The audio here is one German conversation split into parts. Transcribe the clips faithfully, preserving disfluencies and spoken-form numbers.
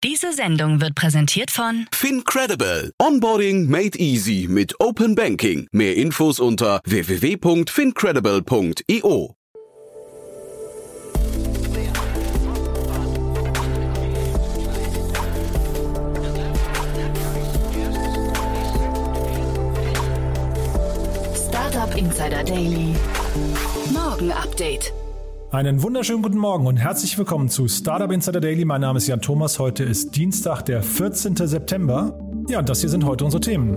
Diese Sendung wird präsentiert von FinCredible. Onboarding made easy mit Open Banking. Mehr Infos unter w w w punkt fincredible punkt i o. Startup Insider Daily. Morgen Update. Einen wunderschönen guten Morgen und herzlich willkommen zu Startup Insider Daily. Mein Name ist Jan Thomas. Heute ist Dienstag, der vierzehnten September. Ja, und das hier sind heute unsere Themen.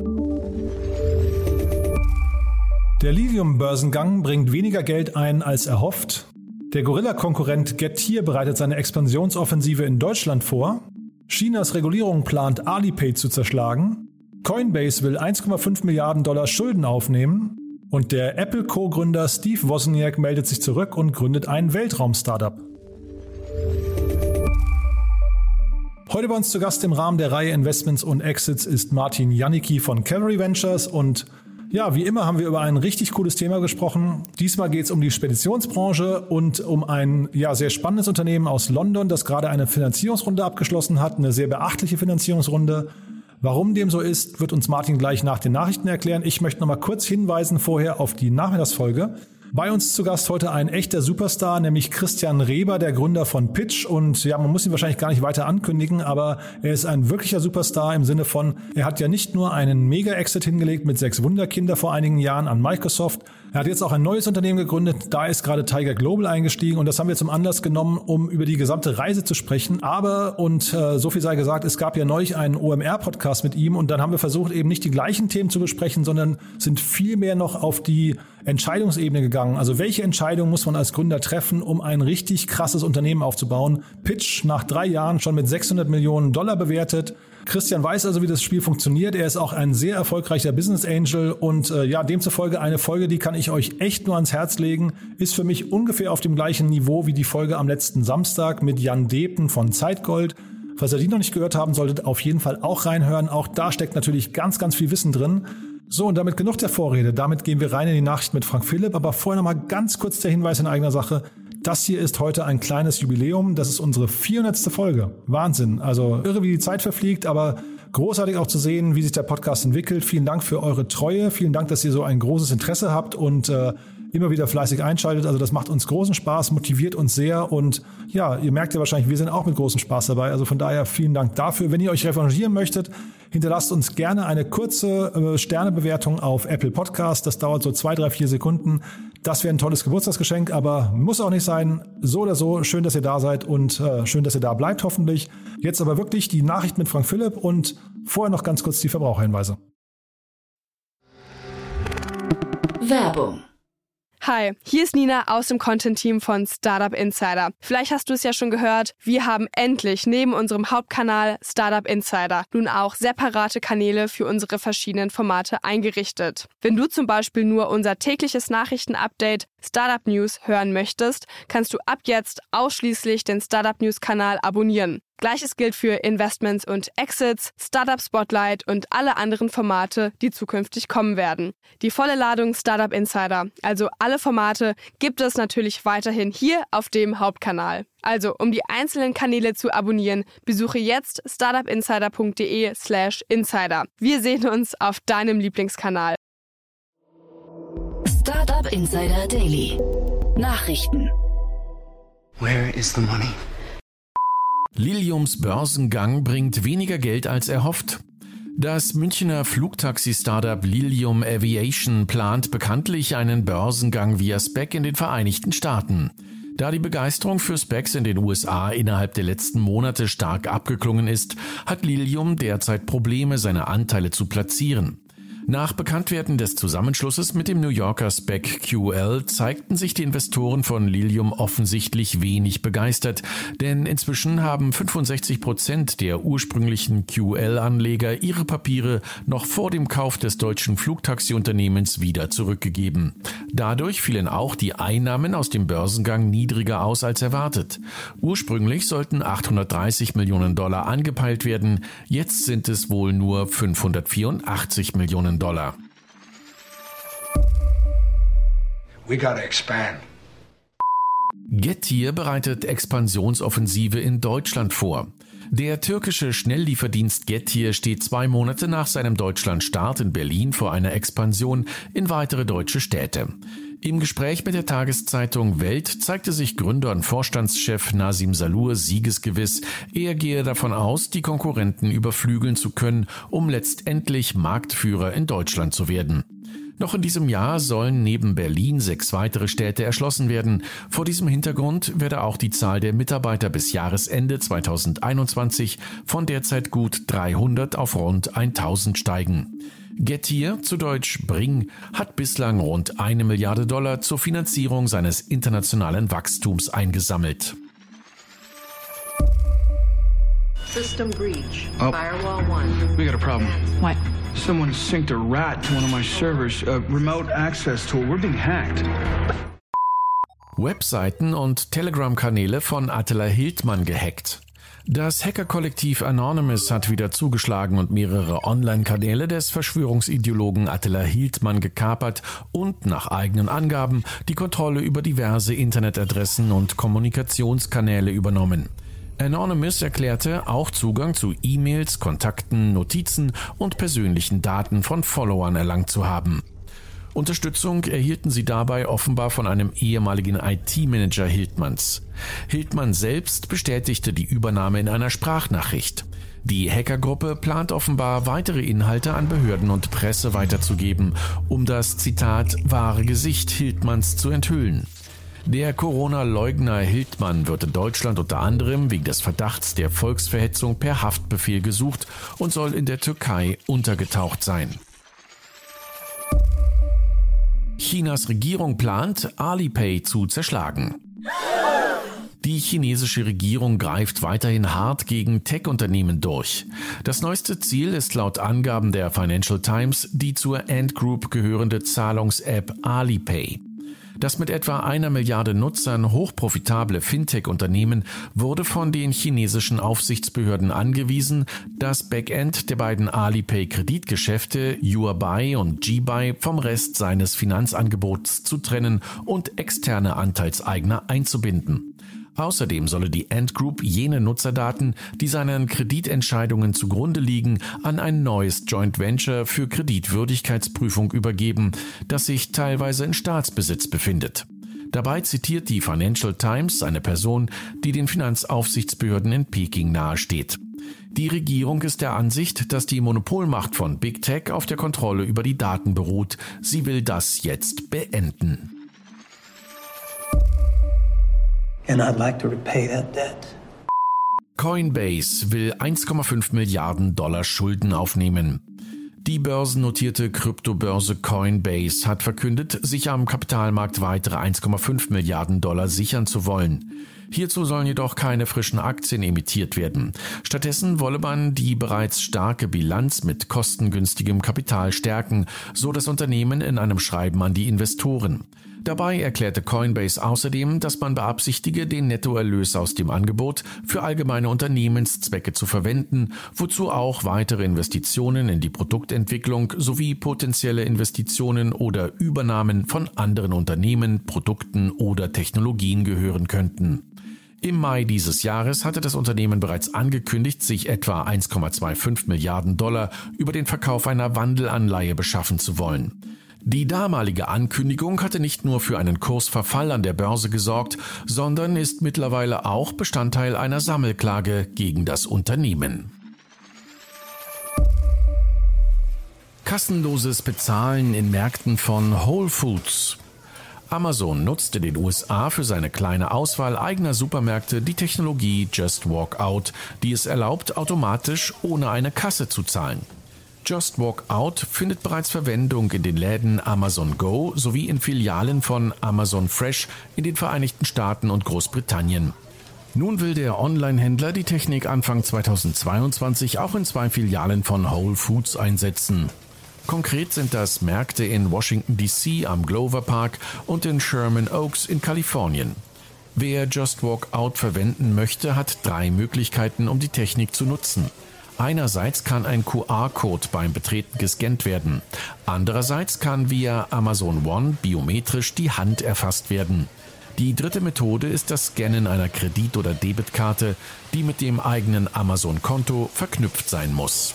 Der Lilium-Börsengang bringt weniger Geld ein als erhofft. Der Gorilla-Konkurrent Getir bereitet seine Expansionsoffensive in Deutschland vor. Chinas Regulierung plant Alipay zu zerschlagen. Coinbase will eins Komma fünf Milliarden Dollar Schulden aufnehmen. Und der Apple-Co-Gründer Steve Wozniak meldet sich zurück und gründet ein Weltraum-Startup. Heute bei uns zu Gast im Rahmen der Reihe Investments und Exits ist Martin Janicki von Cavalry Ventures. Und ja, wie immer haben wir über ein richtig cooles Thema gesprochen. Diesmal geht es um die Speditionsbranche und um ein ja, sehr spannendes Unternehmen aus London, das gerade eine Finanzierungsrunde abgeschlossen hat, eine sehr beachtliche Finanzierungsrunde. Warum dem so ist, wird uns Martin gleich nach den Nachrichten erklären. Ich möchte noch mal kurz hinweisen vorher auf die Nachmittagsfolge. Bei uns zu Gast heute ein echter Superstar, nämlich Christian Reber, der Gründer von Pitch. Und ja, man muss ihn wahrscheinlich gar nicht weiter ankündigen, aber er ist ein wirklicher Superstar im Sinne von, er hat ja nicht nur einen Mega-Exit hingelegt mit sechs Wunderkinder vor einigen Jahren an Microsoft. Er hat jetzt auch ein neues Unternehmen gegründet, da ist gerade Tiger Global eingestiegen und das haben wir zum Anlass genommen, um über die gesamte Reise zu sprechen. Aber, und äh, so viel sei gesagt, es gab ja neulich einen O M R-Podcast mit ihm und dann haben wir versucht, eben nicht die gleichen Themen zu besprechen, sondern sind viel mehr noch auf die Entscheidungsebene gegangen. Also welche Entscheidung muss man als Gründer treffen, um ein richtig krasses Unternehmen aufzubauen? Pitch nach drei Jahren schon mit sechshundert Millionen Dollar bewertet. Christian weiß also, wie das Spiel funktioniert. Er ist auch ein sehr erfolgreicher Business Angel und äh, ja, demzufolge eine Folge, die kann ich euch echt nur ans Herz legen, ist für mich ungefähr auf dem gleichen Niveau wie die Folge am letzten Samstag mit Jan Depen von Zeitgold. Falls ihr die noch nicht gehört haben solltet, auf jeden Fall auch reinhören. Auch da steckt natürlich ganz, ganz viel Wissen drin. So, und damit genug der Vorrede. Damit gehen wir rein in die Nachricht mit Frank Philipp. Aber vorher noch mal ganz kurz der Hinweis in eigener Sache. Das hier ist heute ein kleines Jubiläum. Das ist unsere vierhundertste Folge. Wahnsinn. Also irre, wie die Zeit verfliegt, aber großartig auch zu sehen, wie sich der Podcast entwickelt. Vielen Dank für eure Treue. Vielen Dank, dass ihr so ein großes Interesse habt und äh, immer wieder fleißig einschaltet. Also das macht uns großen Spaß, motiviert uns sehr und ja, ihr merkt ja wahrscheinlich, wir sind auch mit großem Spaß dabei. Also von daher vielen Dank dafür. Wenn ihr euch revanchieren möchtet, hinterlasst uns gerne eine kurze äh, Sternebewertung auf Apple Podcast. Das dauert so zwei, drei, vier Sekunden. Das wäre ein tolles Geburtstagsgeschenk, aber muss auch nicht sein. So oder so, schön, dass ihr da seid und äh, schön, dass ihr da bleibt hoffentlich. Jetzt aber wirklich die Nachricht mit Frank Philipp und vorher noch ganz kurz die Verbraucherhinweise. Werbung. Hi, hier ist Nina aus dem Content-Team von Startup Insider. Vielleicht hast du es ja schon gehört, wir haben endlich neben unserem Hauptkanal Startup Insider nun auch separate Kanäle für unsere verschiedenen Formate eingerichtet. Wenn du zum Beispiel nur unser tägliches Nachrichtenupdate Startup News hören möchtest, kannst du ab jetzt ausschließlich den Startup News-Kanal abonnieren. Gleiches gilt für Investments und Exits, Startup Spotlight und alle anderen Formate, die zukünftig kommen werden. Die volle Ladung Startup Insider, also alle Formate, gibt es natürlich weiterhin hier auf dem Hauptkanal. Also, um die einzelnen Kanäle zu abonnieren, besuche jetzt startupinsider.de slash insider. Wir sehen uns auf deinem Lieblingskanal. Startup Insider Daily. Nachrichten. Where is the money? Liliums Börsengang bringt weniger Geld als erhofft. Das Münchner Flugtaxi-Startup Lilium Aviation plant bekanntlich einen Börsengang via SPAC in den Vereinigten Staaten. Da die Begeisterung für SPACs in den U S A innerhalb der letzten Monate stark abgeklungen ist, hat Lilium derzeit Probleme, seine Anteile zu platzieren. Nach Bekanntwerden des Zusammenschlusses mit dem New Yorker SPAC Q L zeigten sich die Investoren von Lilium offensichtlich wenig begeistert, denn inzwischen haben fünfundsechzig Prozent der ursprünglichen Q L-Anleger ihre Papiere noch vor dem Kauf des deutschen Flugtaxi-Unternehmens wieder zurückgegeben. Dadurch fielen auch die Einnahmen aus dem Börsengang niedriger aus als erwartet. Ursprünglich sollten achthundertdreißig Millionen Dollar angepeilt werden, jetzt sind es wohl nur fünfhundertvierundachtzig Millionen Dollar. We gotta expand. Getir bereitet Expansionsoffensive in Deutschland vor. Der türkische Schnelllieferdienst Getir steht zwei Monate nach seinem Deutschlandstart in Berlin vor einer Expansion in weitere deutsche Städte. Im Gespräch mit der Tageszeitung Welt zeigte sich Gründer und Vorstandschef Nasim Salur siegesgewiss. Er gehe davon aus, die Konkurrenten überflügeln zu können, um letztendlich Marktführer in Deutschland zu werden. Noch in diesem Jahr sollen neben Berlin sechs weitere Städte erschlossen werden. Vor diesem Hintergrund werde auch die Zahl der Mitarbeiter bis Jahresende zweitausendeinundzwanzig von derzeit gut dreihundert auf rund tausend steigen. Getir, zu Deutsch Bring, hat bislang rund eine Milliarde Dollar zur Finanzierung seines internationalen Wachstums eingesammelt. System breach. Oh. Firewall one. We got a problem. What? Someone synced a rat to one of my servers. A remote access tool. We're being hacked. Webseiten und Telegram-Kanäle von Attila Hildmann gehackt. Das Hackerkollektiv Anonymous hat wieder zugeschlagen und mehrere Online-Kanäle des Verschwörungsideologen Attila Hildmann gekapert und nach eigenen Angaben die Kontrolle über diverse Internetadressen und Kommunikationskanäle übernommen. Anonymous erklärte, auch Zugang zu E-Mails, Kontakten, Notizen und persönlichen Daten von Followern erlangt zu haben. Unterstützung erhielten sie dabei offenbar von einem ehemaligen I T-Manager Hildmanns. Hildmann selbst bestätigte die Übernahme in einer Sprachnachricht. Die Hackergruppe plant offenbar, weitere Inhalte an Behörden und Presse weiterzugeben, um das, Zitat, wahre Gesicht Hildmanns zu enthüllen. Der Corona-Leugner Hildmann wird in Deutschland unter anderem wegen des Verdachts der Volksverhetzung per Haftbefehl gesucht und soll in der Türkei untergetaucht sein. Chinas Regierung plant, Alipay zu zerschlagen. Die chinesische Regierung greift weiterhin hart gegen Tech-Unternehmen durch. Das neueste Ziel ist laut Angaben der Financial Times die zur Ant Group gehörende Zahlungs-App Alipay. Das mit etwa einer Milliarde Nutzern hochprofitable Fintech-Unternehmen wurde von den chinesischen Aufsichtsbehörden angewiesen, das Backend der beiden Alipay-Kreditgeschäfte Yuebuy und Jibuy vom Rest seines Finanzangebots zu trennen und externe Anteilseigner einzubinden. Außerdem solle die Ant Group jene Nutzerdaten, die seinen Kreditentscheidungen zugrunde liegen, an ein neues Joint Venture für Kreditwürdigkeitsprüfung übergeben, das sich teilweise in Staatsbesitz befindet. Dabei zitiert die Financial Times eine Person, die den Finanzaufsichtsbehörden in Peking nahesteht. Die Regierung ist der Ansicht, dass die Monopolmacht von Big Tech auf der Kontrolle über die Daten beruht. Sie will das jetzt beenden. And I'd like to repay that debt. Coinbase will eins Komma fünf Milliarden Dollar Schulden aufnehmen. Die börsennotierte Kryptobörse Coinbase hat verkündet, sich am Kapitalmarkt weitere eins Komma fünf Milliarden Dollar sichern zu wollen. Hierzu sollen jedoch keine frischen Aktien emittiert werden. Stattdessen wolle man die bereits starke Bilanz mit kostengünstigem Kapital stärken, so das Unternehmen in einem Schreiben an die Investoren. Dabei erklärte Coinbase außerdem, dass man beabsichtige, den Nettoerlös aus dem Angebot für allgemeine Unternehmenszwecke zu verwenden, wozu auch weitere Investitionen in die Produktentwicklung sowie potenzielle Investitionen oder Übernahmen von anderen Unternehmen, Produkten oder Technologien gehören könnten. Im Mai dieses Jahres hatte das Unternehmen bereits angekündigt, sich etwa eins Komma fünfundzwanzig Milliarden Dollar über den Verkauf einer Wandelanleihe beschaffen zu wollen. Die damalige Ankündigung hatte nicht nur für einen Kursverfall an der Börse gesorgt, sondern ist mittlerweile auch Bestandteil einer Sammelklage gegen das Unternehmen. Kassenloses Bezahlen in Märkten von Whole Foods. Amazon nutzt in den U S A für seine kleine Auswahl eigener Supermärkte die Technologie Just Walk Out, die es erlaubt, automatisch ohne eine Kasse zu zahlen. Just Walk Out findet bereits Verwendung in den Läden Amazon Go sowie in Filialen von Amazon Fresh in den Vereinigten Staaten und Großbritannien. Nun will der Online-Händler die Technik Anfang zweitausendzweiundzwanzig auch in zwei Filialen von Whole Foods einsetzen. Konkret sind das Märkte in Washington D C am Glover Park und in Sherman Oaks in Kalifornien. Wer Just Walk Out verwenden möchte, hat drei Möglichkeiten, um die Technik zu nutzen. Einerseits kann ein Q R-Code beim Betreten gescannt werden. Andererseits kann via Amazon One biometrisch die Hand erfasst werden. Die dritte Methode ist das Scannen einer Kredit- oder Debitkarte, die mit dem eigenen Amazon-Konto verknüpft sein muss.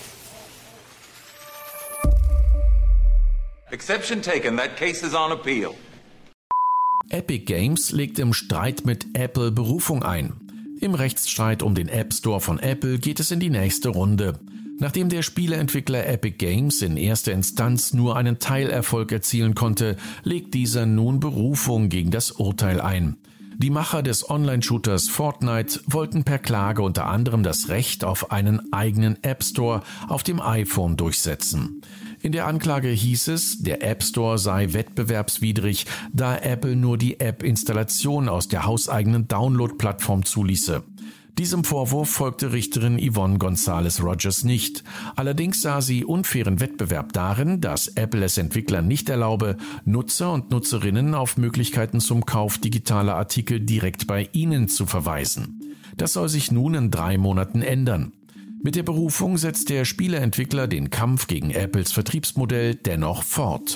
Exception taken. That case is on appeal. Epic Games legt im Streit mit Apple Berufung ein. Im Rechtsstreit um den App Store von Apple geht es in die nächste Runde. Nachdem der Spieleentwickler Epic Games in erster Instanz nur einen Teilerfolg erzielen konnte, legt dieser nun Berufung gegen das Urteil ein. Die Macher des Online-Shooters Fortnite wollten per Klage unter anderem das Recht auf einen eigenen App Store auf dem iPhone durchsetzen. In der Anklage hieß es, der App Store sei wettbewerbswidrig, da Apple nur die App-Installation aus der hauseigenen Download-Plattform zuließe. Diesem Vorwurf folgte Richterin Yvonne Gonzalez Rogers nicht. Allerdings sah sie unfairen Wettbewerb darin, dass Apple es Entwicklern nicht erlaube, Nutzer und Nutzerinnen auf Möglichkeiten zum Kauf digitaler Artikel direkt bei ihnen zu verweisen. Das soll sich nun in drei Monaten ändern. Mit der Berufung setzt der Spieleentwickler den Kampf gegen Apples Vertriebsmodell dennoch fort.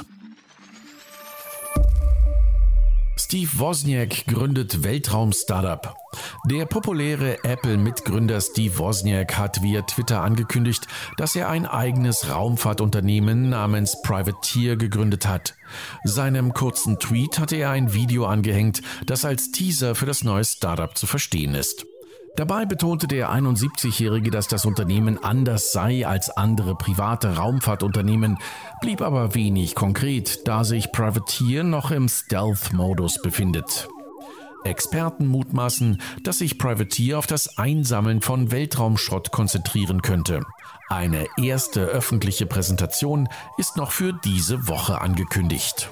Steve Wozniak gründet Weltraum-Startup. Der populäre Apple-Mitgründer Steve Wozniak hat via Twitter angekündigt, dass er ein eigenes Raumfahrtunternehmen namens Privateer gegründet hat. Seinem kurzen Tweet hatte er ein Video angehängt, das als Teaser für das neue Startup zu verstehen ist. Dabei betonte der einundsiebzigjährige, dass das Unternehmen anders sei als andere private Raumfahrtunternehmen, blieb aber wenig konkret, da sich Privateer noch im Stealth-Modus befindet. Experten mutmaßen, dass sich Privateer auf das Einsammeln von Weltraumschrott konzentrieren könnte. Eine erste öffentliche Präsentation ist noch für diese Woche angekündigt.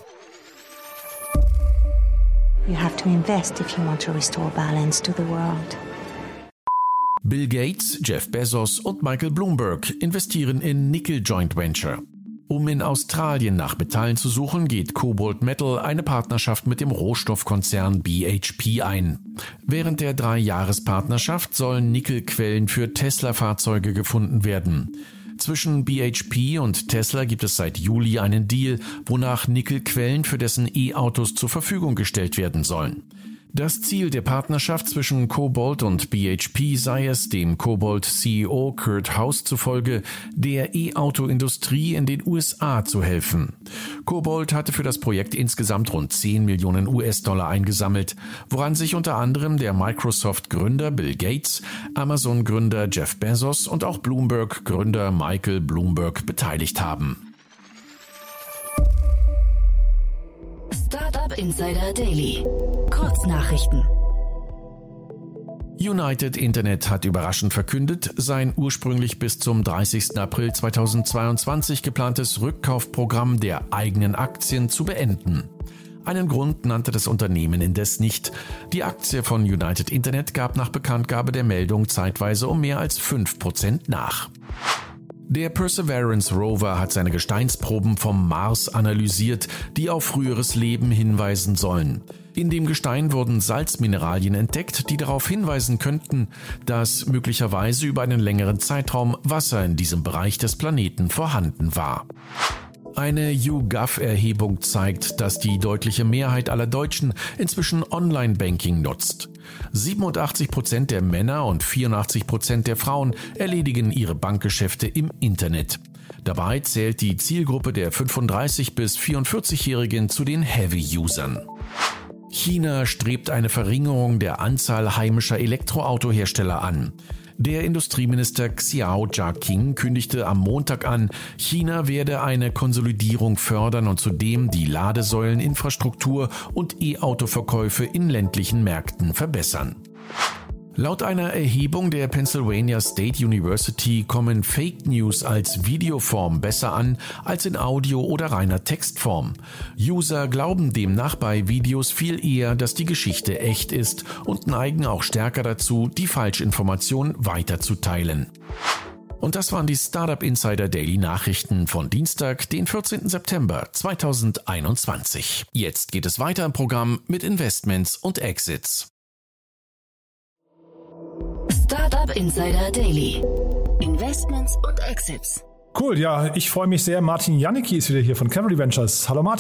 You have to invest if you want to restore balance to the world. Bill Gates, Jeff Bezos und Michael Bloomberg investieren in Nickel Joint Venture. Um in Australien nach Metallen zu suchen, geht Cobalt Metal eine Partnerschaft mit dem Rohstoffkonzern B H P ein. Während der Drei-Jahres-Partnerschaft sollen Nickelquellen für Tesla-Fahrzeuge gefunden werden. Zwischen B H P und Tesla gibt es seit Juli einen Deal, wonach Nickelquellen für dessen E-Autos zur Verfügung gestellt werden sollen. Das Ziel der Partnerschaft zwischen Cobalt und B H P sei es, dem Cobalt-C E O Kurt House zufolge, der E-Auto-Industrie in den U S A zu helfen. Cobalt hatte für das Projekt insgesamt rund zehn Millionen U S-Dollar eingesammelt, woran sich unter anderem der Microsoft-Gründer Bill Gates, Amazon-Gründer Jeff Bezos und auch Bloomberg-Gründer Michael Bloomberg beteiligt haben. Startup Insider Daily. Kurznachrichten. United Internet hat überraschend verkündet, sein ursprünglich bis zum dreißigsten April zweitausendzweiundzwanzig geplantes Rückkaufprogramm der eigenen Aktien zu beenden. Einen Grund nannte das Unternehmen indes nicht. Die Aktie von United Internet gab nach Bekanntgabe der Meldung zeitweise um mehr als fünf Prozent nach. Der Perseverance Rover hat seine Gesteinsproben vom Mars analysiert, die auf früheres Leben hinweisen sollen. In dem Gestein wurden Salzmineralien entdeckt, die darauf hinweisen könnten, dass möglicherweise über einen längeren Zeitraum Wasser in diesem Bereich des Planeten vorhanden war. Eine YouGov-Erhebung zeigt, dass die deutliche Mehrheit aller Deutschen inzwischen Online-Banking nutzt. siebenundachtzig Prozent der Männer und vierundachtzig Prozent der Frauen erledigen ihre Bankgeschäfte im Internet. Dabei zählt die Zielgruppe der fünfunddreißig- bis vierundvierzigjährigen zu den Heavy-Usern. China strebt eine Verringerung der Anzahl heimischer Elektroautohersteller an. Der Industrieminister Xiao Jiaqing kündigte am Montag an, China werde eine Konsolidierung fördern und zudem die Ladesäuleninfrastruktur und E-Auto-Verkäufe in ländlichen Märkten verbessern. Laut einer Erhebung der Pennsylvania State University kommen Fake News als Videoform besser an als in Audio- oder reiner Textform. User glauben demnach bei Videos viel eher, dass die Geschichte echt ist und neigen auch stärker dazu, die Falschinformation weiterzuteilen. Und das waren die Startup Insider Daily Nachrichten von Dienstag, den vierzehnten September zweitausendeinundzwanzig. Jetzt geht es weiter im Programm mit Investments und Exits. Startup Insider Daily. Investments und Exits. Cool, ja, ich freue mich sehr. Martin Janicki ist wieder hier von Cavalry Ventures. Hallo Martin.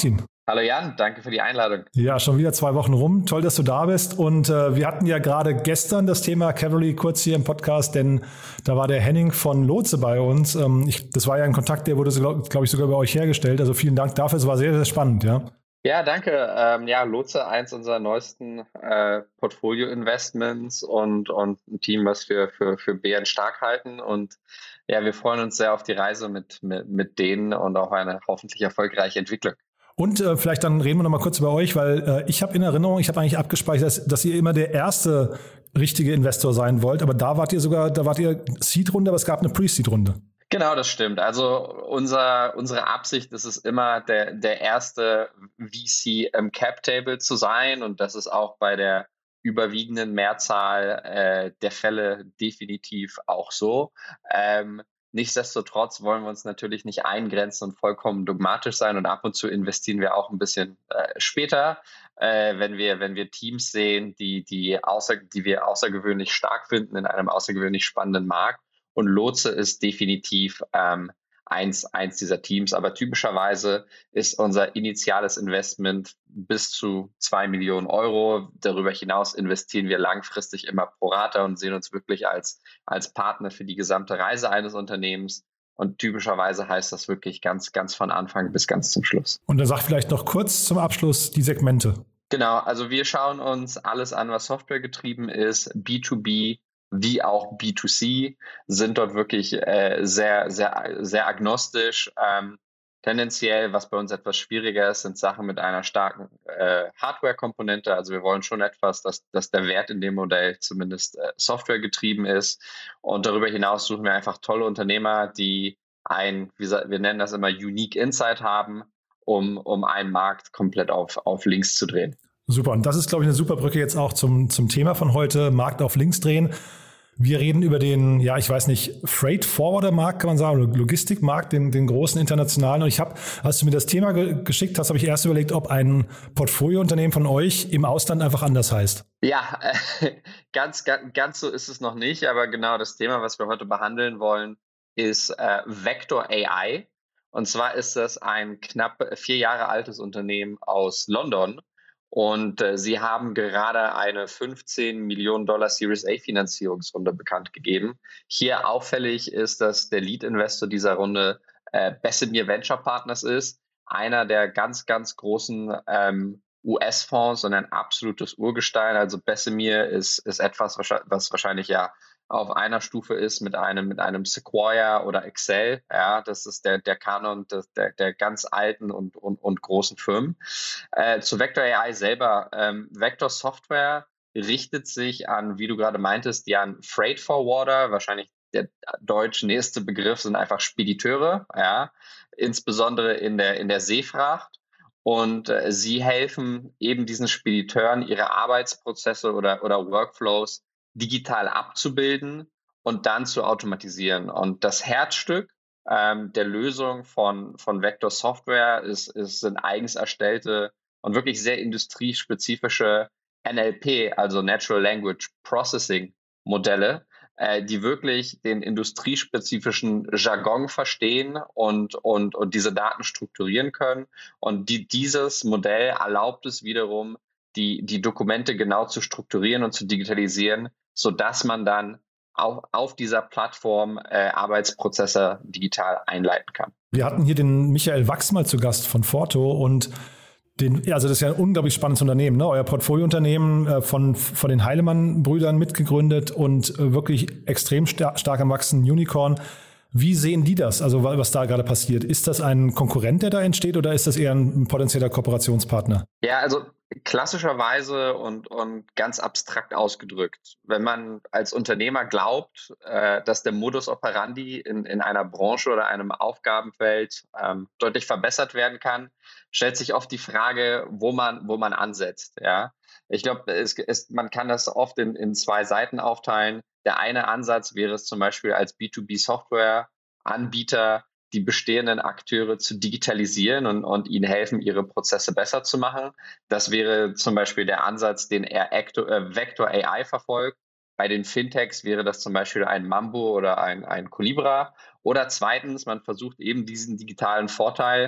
Hallo Jan, danke für die Einladung. Ja, schon wieder zwei Wochen rum. Toll, dass du da bist. Und äh, wir hatten ja gerade gestern das Thema Cavalry kurz hier im Podcast, denn da war der Henning von Lotse bei uns. Ähm, ich, das war ja ein Kontakt, der wurde, glaube glaub ich, sogar bei euch hergestellt. Also vielen Dank dafür. Es war sehr, sehr spannend, ja. Ja, danke. Ähm, ja, Lotse, eins unserer neuesten äh, Portfolio-Investments und, und ein Team, was wir für, für Bären stark halten. Und ja, wir freuen uns sehr auf die Reise mit, mit, mit denen und auf eine hoffentlich erfolgreiche Entwicklung. Und äh, vielleicht dann reden wir noch mal kurz über euch, weil äh, ich habe in Erinnerung, ich habe eigentlich abgespeichert, dass, dass ihr immer der erste richtige Investor sein wollt, aber da wart ihr sogar, da wart ihr Seed-Runde, aber es gab eine Pre-Seed-Runde. Genau, das stimmt. Also unser, unsere Absicht ist es immer, der, der erste V C im Cap-Table zu sein, und das ist auch bei der überwiegenden Mehrzahl äh, der Fälle definitiv auch so. Ähm, Nichtsdestotrotz wollen wir uns natürlich nicht eingrenzen und vollkommen dogmatisch sein, und ab und zu investieren wir auch ein bisschen äh, später, äh, wenn wir wenn wir Teams sehen, die die außer die wir außergewöhnlich stark finden in einem außergewöhnlich spannenden Markt. Und Lotse ist definitiv ähm, eins eins dieser Teams, aber typischerweise ist unser initiales Investment bis zu zwei Millionen Euro. Darüber hinaus investieren wir langfristig immer pro Rata und sehen uns wirklich als, als Partner für die gesamte Reise eines Unternehmens. Und typischerweise heißt das wirklich ganz, ganz von Anfang bis ganz zum Schluss. Und dann sag vielleicht noch kurz zum Abschluss die Segmente. Genau, also wir schauen uns alles an, was Software getrieben ist, B to B, wie auch B to C, sind dort wirklich äh, sehr, sehr, sehr agnostisch. Ähm, tendenziell, was bei uns etwas schwieriger ist, sind Sachen mit einer starken äh, Hardware-Komponente. Also wir wollen schon etwas, dass, dass der Wert in dem Modell zumindest äh, Software getrieben ist. Und darüber hinaus suchen wir einfach tolle Unternehmer, die ein, wie wir nennen das immer, Unique Insight haben, um, um einen Markt komplett auf, auf links zu drehen. Super. Und das ist, glaube ich, eine super Brücke jetzt auch zum, zum Thema von heute, Markt auf links drehen. Wir reden über den, ja, ich weiß nicht, Freight-Forwarder-Markt, kann man sagen, oder Logistikmarkt, den, den großen internationalen. Und ich habe, als du mir das Thema ge- geschickt hast, habe ich erst überlegt, ob ein Portfoliounternehmen von euch im Ausland einfach anders heißt. Ja, äh, ganz, ganz, ganz so ist es noch nicht. Aber genau das Thema, was wir heute behandeln wollen, ist äh, Vector A I. Und zwar ist das ein knapp vier Jahre altes Unternehmen aus London. Und äh, sie haben gerade eine fünfzehn Millionen Dollar Series A Finanzierungsrunde bekannt gegeben. Hier auffällig ist, dass der Lead-Investor dieser Runde äh, Bessemer Venture Partners ist, einer der ganz, ganz großen ähm, U S-Fonds und ein absolutes Urgestein. Also Bessemer ist, ist etwas, was wahrscheinlich ja auf einer Stufe ist mit einem mit einem Sequoia oder Excel. Ja, das ist der der Kanon des, der der ganz alten und und, und großen Firmen. Äh, zu Vector A I selber. Ähm, Vector Software richtet sich an, wie du gerade meintest, die an Freight Forwarder. Wahrscheinlich der deutsch nächste Begriff sind einfach Spediteure. Ja, insbesondere in der in der Seefracht. Und äh, sie helfen eben diesen Spediteuren, ihre Arbeitsprozesse oder oder Workflows digital abzubilden und dann zu automatisieren. Und das Herzstück ähm, der Lösung von, von Vector Software ist, ist, sind eigens erstellte und wirklich sehr industriespezifische N L P, also Natural Language Processing Modelle, äh, die wirklich den industriespezifischen Jargon verstehen und, und, und diese Daten strukturieren können. Und die, dieses Modell erlaubt es wiederum, die, die Dokumente genau zu strukturieren und zu digitalisieren, sodass man dann auch auf dieser Plattform äh, Arbeitsprozesse digital einleiten kann. Wir hatten hier den Michael Wachs mal zu Gast von Forto und den, also das ist ja ein unglaublich spannendes Unternehmen, ne? Euer Portfoliounternehmen äh, von, von den Heilemann-Brüdern mitgegründet und äh, wirklich extrem star- stark am Wachsen, Unicorn. Wie sehen die das, also was da gerade passiert? Ist das ein Konkurrent, der da entsteht, oder ist das eher ein potenzieller Kooperationspartner? Ja, also klassischerweise und, und ganz abstrakt ausgedrückt, wenn man als Unternehmer glaubt, äh, dass der Modus operandi in, in einer Branche oder einem Aufgabenfeld ähm, deutlich verbessert werden kann, stellt sich oft die Frage, wo man, wo man ansetzt. Ja? Ich glaube, es, es, man kann das oft in, in zwei Seiten aufteilen. Der eine Ansatz wäre es zum Beispiel als B to B Software-Anbieter, die bestehenden Akteure zu digitalisieren und, und ihnen helfen, ihre Prozesse besser zu machen. Das wäre zum Beispiel der Ansatz, den er Acto, äh, Vector A I verfolgt. Bei den Fintechs wäre das zum Beispiel ein Mambo oder ein, ein Collibra. Oder zweitens, man versucht eben diesen digitalen Vorteil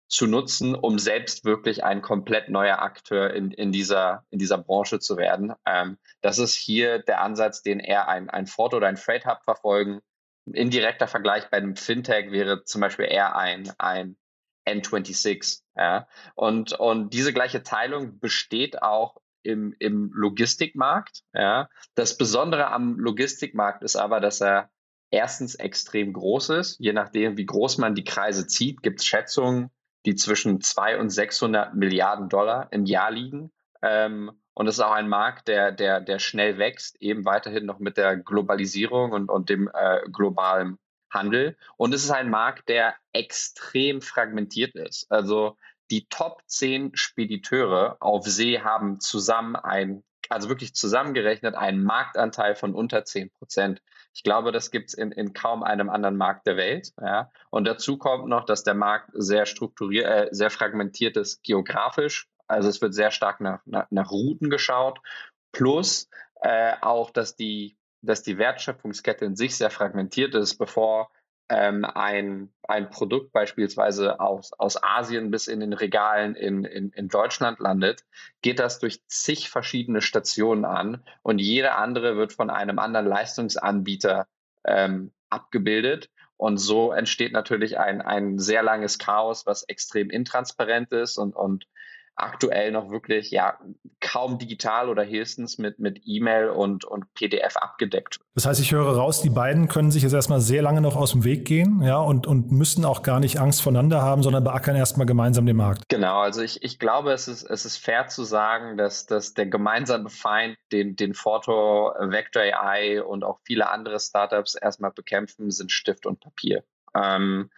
zu nutzen, um selbst wirklich ein komplett neuer Akteur in, in, dieser, in dieser Branche zu werden. Ähm, das ist hier der Ansatz, den eher ein, ein Ford oder ein Freight Hub verfolgen. Ein indirekter Vergleich bei einem Fintech wäre zum Beispiel eher ein, ein N sechsundzwanzig. Ja? Und, und diese gleiche Teilung besteht auch im, im Logistikmarkt. Ja? Das Besondere am Logistikmarkt ist aber, dass er erstens extrem groß ist. Je nachdem, wie groß man die Kreise zieht, gibt es Schätzungen, die zwischen zweihundert und sechshundert Milliarden Dollar im Jahr liegen. Ähm, und es ist auch ein Markt, der, der, der schnell wächst, eben weiterhin noch mit der Globalisierung und, und dem äh, globalen Handel. Und es ist ein Markt, der extrem fragmentiert ist. Also die Top zehn Spediteure auf See haben zusammen ein, also wirklich zusammengerechnet, einen Marktanteil von unter zehn Prozent. Ich glaube, das gibt es in, in kaum einem anderen Markt der Welt. Ja. Und dazu kommt noch, dass der Markt sehr strukturiert, äh, sehr fragmentiert ist geografisch. Also es wird sehr stark nach, nach, nach Routen geschaut. Plus äh, auch, dass die, dass die Wertschöpfungskette in sich sehr fragmentiert ist, bevor ähm, ein, ein Produkt beispielsweise aus, aus Asien bis in den Regalen in, in, in Deutschland landet, geht das durch zig verschiedene Stationen an und jede andere wird von einem anderen Leistungsanbieter ähm, abgebildet. Und so entsteht natürlich ein, ein sehr langes Chaos, was extrem intransparent ist und, und aktuell noch wirklich ja kaum digital oder höchstens mit, mit E-Mail und, und P D F abgedeckt. Das heißt, ich höre raus, die beiden können sich jetzt erstmal sehr lange noch aus dem Weg gehen, ja, und, und müssen auch gar nicht Angst voneinander haben, sondern beackern erstmal gemeinsam den Markt. Genau, also ich, ich glaube, es ist, es ist fair zu sagen, dass, dass der gemeinsame Feind, den, den Forto, Vector A I und auch viele andere Startups erstmal bekämpfen, sind Stift und Papier. Ähm,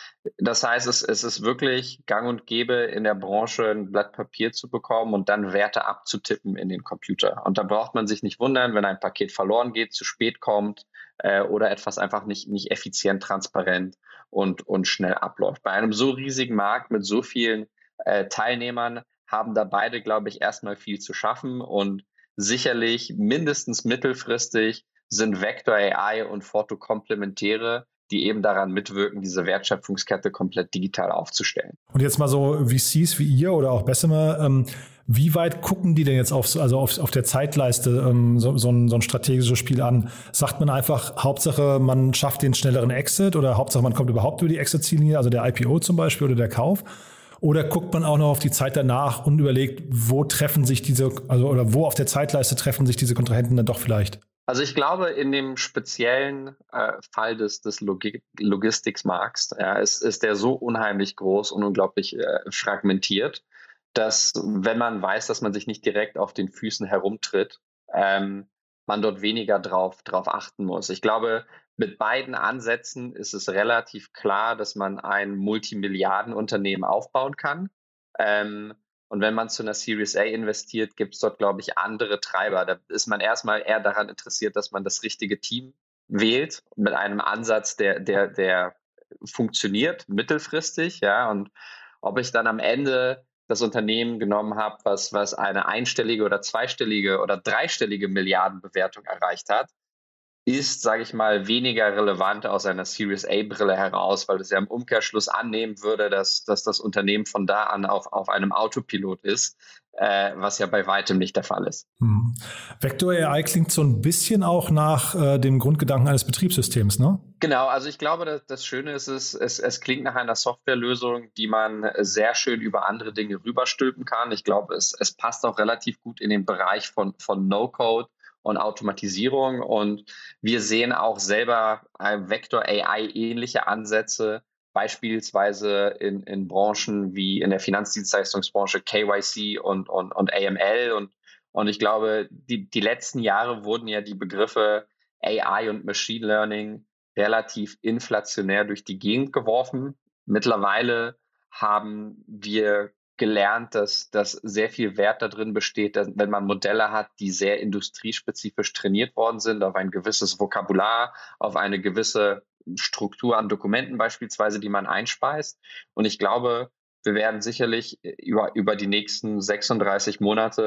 Das heißt, es, es ist wirklich gang und gäbe in der Branche ein Blatt Papier zu bekommen und dann Werte abzutippen in den Computer. Und da braucht man sich nicht wundern, wenn ein Paket verloren geht, zu spät kommt äh, oder etwas einfach nicht, nicht effizient, transparent und, und schnell abläuft. Bei einem so riesigen Markt mit so vielen äh, Teilnehmern haben da beide, glaube ich, erstmal viel zu schaffen und sicherlich mindestens mittelfristig sind Vector A I und Forto komplementäre, die eben daran mitwirken, diese Wertschöpfungskette komplett digital aufzustellen. Und jetzt mal so V Cs wie ihr oder auch Bessemer, ähm, wie weit gucken die denn jetzt auf, also auf, auf der Zeitleiste ähm, so, so, ein, so ein strategisches Spiel an? Sagt man einfach, Hauptsache man schafft den schnelleren Exit oder Hauptsache man kommt überhaupt über die Exit-Ziellinie, also der I P O zum Beispiel oder der Kauf? Oder guckt man auch noch auf die Zeit danach und überlegt, wo treffen sich diese, also oder wo auf der Zeitleiste treffen sich diese Kontrahenten dann doch vielleicht? Also ich glaube, in dem speziellen äh, Fall des, des Logi- Logistiksmarkts ja, ist, ist der so unheimlich groß und unglaublich äh, fragmentiert, dass wenn man weiß, dass man sich nicht direkt auf den Füßen herumtritt, ähm, man dort weniger drauf, drauf achten muss. Ich glaube, mit beiden Ansätzen ist es relativ klar, dass man ein Multimilliardenunternehmen aufbauen kann. Ähm, Und wenn man zu einer Series A investiert, gibt es dort, glaube ich, andere Treiber. Da ist man erstmal eher daran interessiert, dass man das richtige Team wählt mit einem Ansatz, der, der, der funktioniert mittelfristig. Ja, und ob ich dann am Ende das Unternehmen genommen habe, was, was eine einstellige oder zweistellige oder dreistellige Milliardenbewertung erreicht hat, ist, sage ich mal, weniger relevant aus einer Series A-Brille heraus, weil es ja im Umkehrschluss annehmen würde, dass, dass das Unternehmen von da an auf, auf einem Autopilot ist, äh, was ja bei weitem nicht der Fall ist. Hm. Vector A I klingt so ein bisschen auch nach äh, dem Grundgedanken eines Betriebssystems, ne? Genau, also ich glaube, dass das Schöne ist, es, es, es klingt nach einer Softwarelösung, die man sehr schön über andere Dinge rüberstülpen kann. Ich glaube, es, es passt auch relativ gut in den Bereich von, von No-Code und Automatisierung. Und wir sehen auch selber Vector A I-ähnliche Ansätze, beispielsweise in, in Branchen wie in der Finanzdienstleistungsbranche K Y C und, und, und A M L. Und, und ich glaube, die, die letzten Jahre wurden ja die Begriffe A I und Machine Learning relativ inflationär durch die Gegend geworfen. Mittlerweile haben wir gelernt, dass, dass sehr viel Wert darin besteht, dass, wenn man Modelle hat, die sehr industriespezifisch trainiert worden sind, auf ein gewisses Vokabular, auf eine gewisse Struktur an Dokumenten beispielsweise, die man einspeist. Und ich glaube, wir werden sicherlich über, über die nächsten sechsunddreißig Monate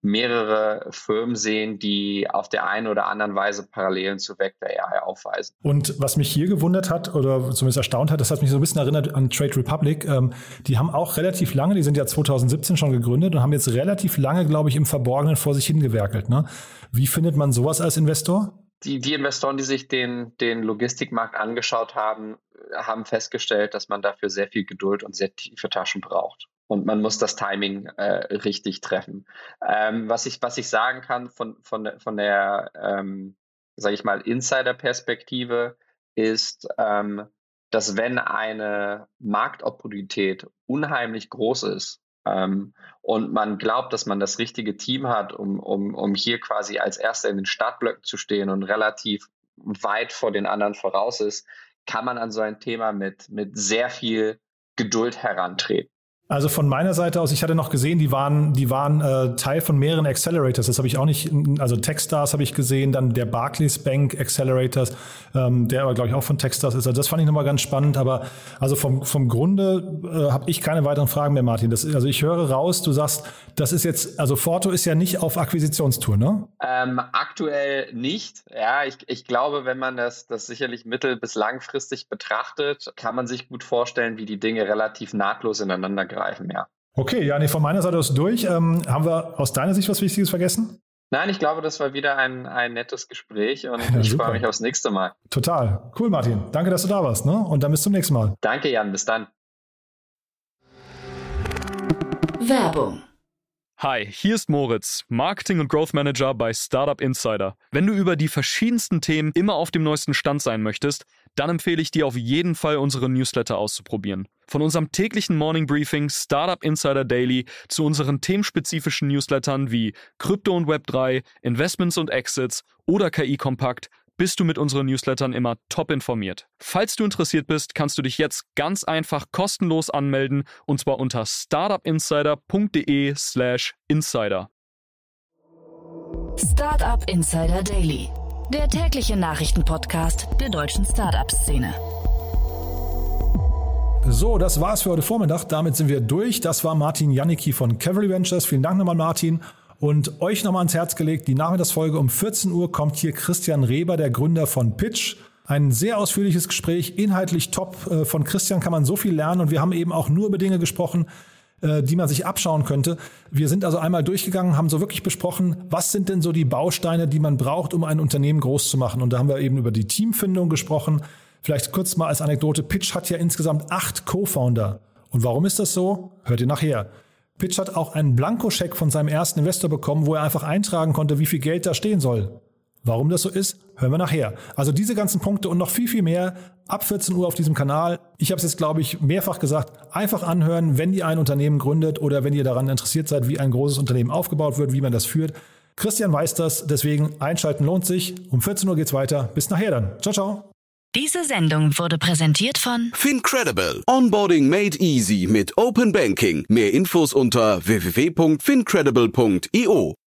mehrere Firmen sehen, die auf der einen oder anderen Weise Parallelen zu Vector A I aufweisen. Und was mich hier gewundert hat oder zumindest erstaunt hat, das hat mich so ein bisschen erinnert an Trade Republic. Ähm, die haben auch relativ lange, die sind ja zwanzig siebzehn schon gegründet und haben jetzt relativ lange, glaube ich, im Verborgenen vor sich hingewerkelt. Ne? Wie findet man sowas als Investor? Die, die Investoren, die sich den, den Logistikmarkt angeschaut haben, haben festgestellt, dass man dafür sehr viel Geduld und sehr tiefe Taschen braucht. Und man muss das Timing äh, richtig treffen. Ähm, was ich, was ich sagen kann von, von, von der, ähm, sage ich mal, Insider-Perspektive ist, ähm, dass wenn eine Marktopportunität unheimlich groß ist, Ähm, und man glaubt, dass man das richtige Team hat, um, um, um hier quasi als Erster in den Startblöcken zu stehen und relativ weit vor den anderen voraus ist, kann man an so ein Thema mit, mit sehr viel Geduld herantreten. Also von meiner Seite aus, ich hatte noch gesehen, die waren, die waren äh, Teil von mehreren Accelerators. Das habe ich auch nicht, also Techstars habe ich gesehen, dann der Barclays Bank Accelerators, ähm, der aber glaube ich auch von Techstars ist. Also das fand ich nochmal ganz spannend. Aber also vom, vom Grunde äh, habe ich keine weiteren Fragen mehr, Martin. Das, also ich höre raus, du sagst, das ist jetzt, also Forto ist ja nicht auf Akquisitionstour, ne? Ähm, aktuell nicht. Ja, ich, ich glaube, wenn man das, das sicherlich mittel- bis langfristig betrachtet, kann man sich gut vorstellen, wie die Dinge relativ nahtlos ineinander greifen. Ja. Okay, ja, nee, von meiner Seite aus durch. Ähm, haben wir aus deiner Sicht was Wichtiges vergessen? Nein, ich glaube, das war wieder ein, ein nettes Gespräch und ja, ich super. freue mich aufs nächste Mal. Total. Cool, Martin. Danke, dass du da warst. Ne? Und dann bis zum nächsten Mal. Danke, Jan. Bis dann. Werbung. Hi, hier ist Moritz, Marketing- und Growth Manager bei Startup Insider. Wenn du über die verschiedensten Themen immer auf dem neuesten Stand sein möchtest, dann empfehle ich dir auf jeden Fall, unsere Newsletter auszuprobieren. Von unserem täglichen Morning Briefing Startup Insider Daily zu unseren themenspezifischen Newslettern wie Krypto und Web drei, Investments und Exits oder K I Kompakt bist du mit unseren Newslettern immer top informiert. Falls du interessiert bist, kannst du dich jetzt ganz einfach kostenlos anmelden und zwar unter startupinsider.de slash insider. Startup Insider Daily, der tägliche Nachrichtenpodcast der deutschen Startup-Szene. So, das war's für heute Vormittag. Damit sind wir durch. Das war Martin Janicki von Cavalry Ventures. Vielen Dank nochmal, Martin. Und euch nochmal ans Herz gelegt, die Nachmittagsfolge um vierzehn Uhr kommt hier Christian Reber, der Gründer von Pitch. Ein sehr ausführliches Gespräch, inhaltlich top. Von Christian kann man so viel lernen und wir haben eben auch nur über Dinge gesprochen, die man sich abschauen könnte. Wir sind also einmal durchgegangen, haben so wirklich besprochen, was sind denn so die Bausteine, die man braucht, um ein Unternehmen groß zu machen. Und da haben wir eben über die Teamfindung gesprochen. Vielleicht kurz mal als Anekdote, Pitch hat ja insgesamt acht Co-Founder. Und warum ist das so? Hört ihr nachher. Pitch hat auch einen Blankoscheck von seinem ersten Investor bekommen, wo er einfach eintragen konnte, wie viel Geld da stehen soll. Warum das so ist, hören wir nachher. Also diese ganzen Punkte und noch viel, viel mehr ab vierzehn Uhr auf diesem Kanal. Ich habe es jetzt, glaube ich, mehrfach gesagt, einfach anhören, wenn ihr ein Unternehmen gründet oder wenn ihr daran interessiert seid, wie ein großes Unternehmen aufgebaut wird, wie man das führt. Christian weiß das, deswegen einschalten lohnt sich. Um vierzehn Uhr geht's weiter. Bis nachher dann. Ciao, ciao. Diese Sendung wurde präsentiert von FinCredible. Onboarding made easy mit Open Banking. Mehr Infos unter w w w punkt fincredible punkt i o.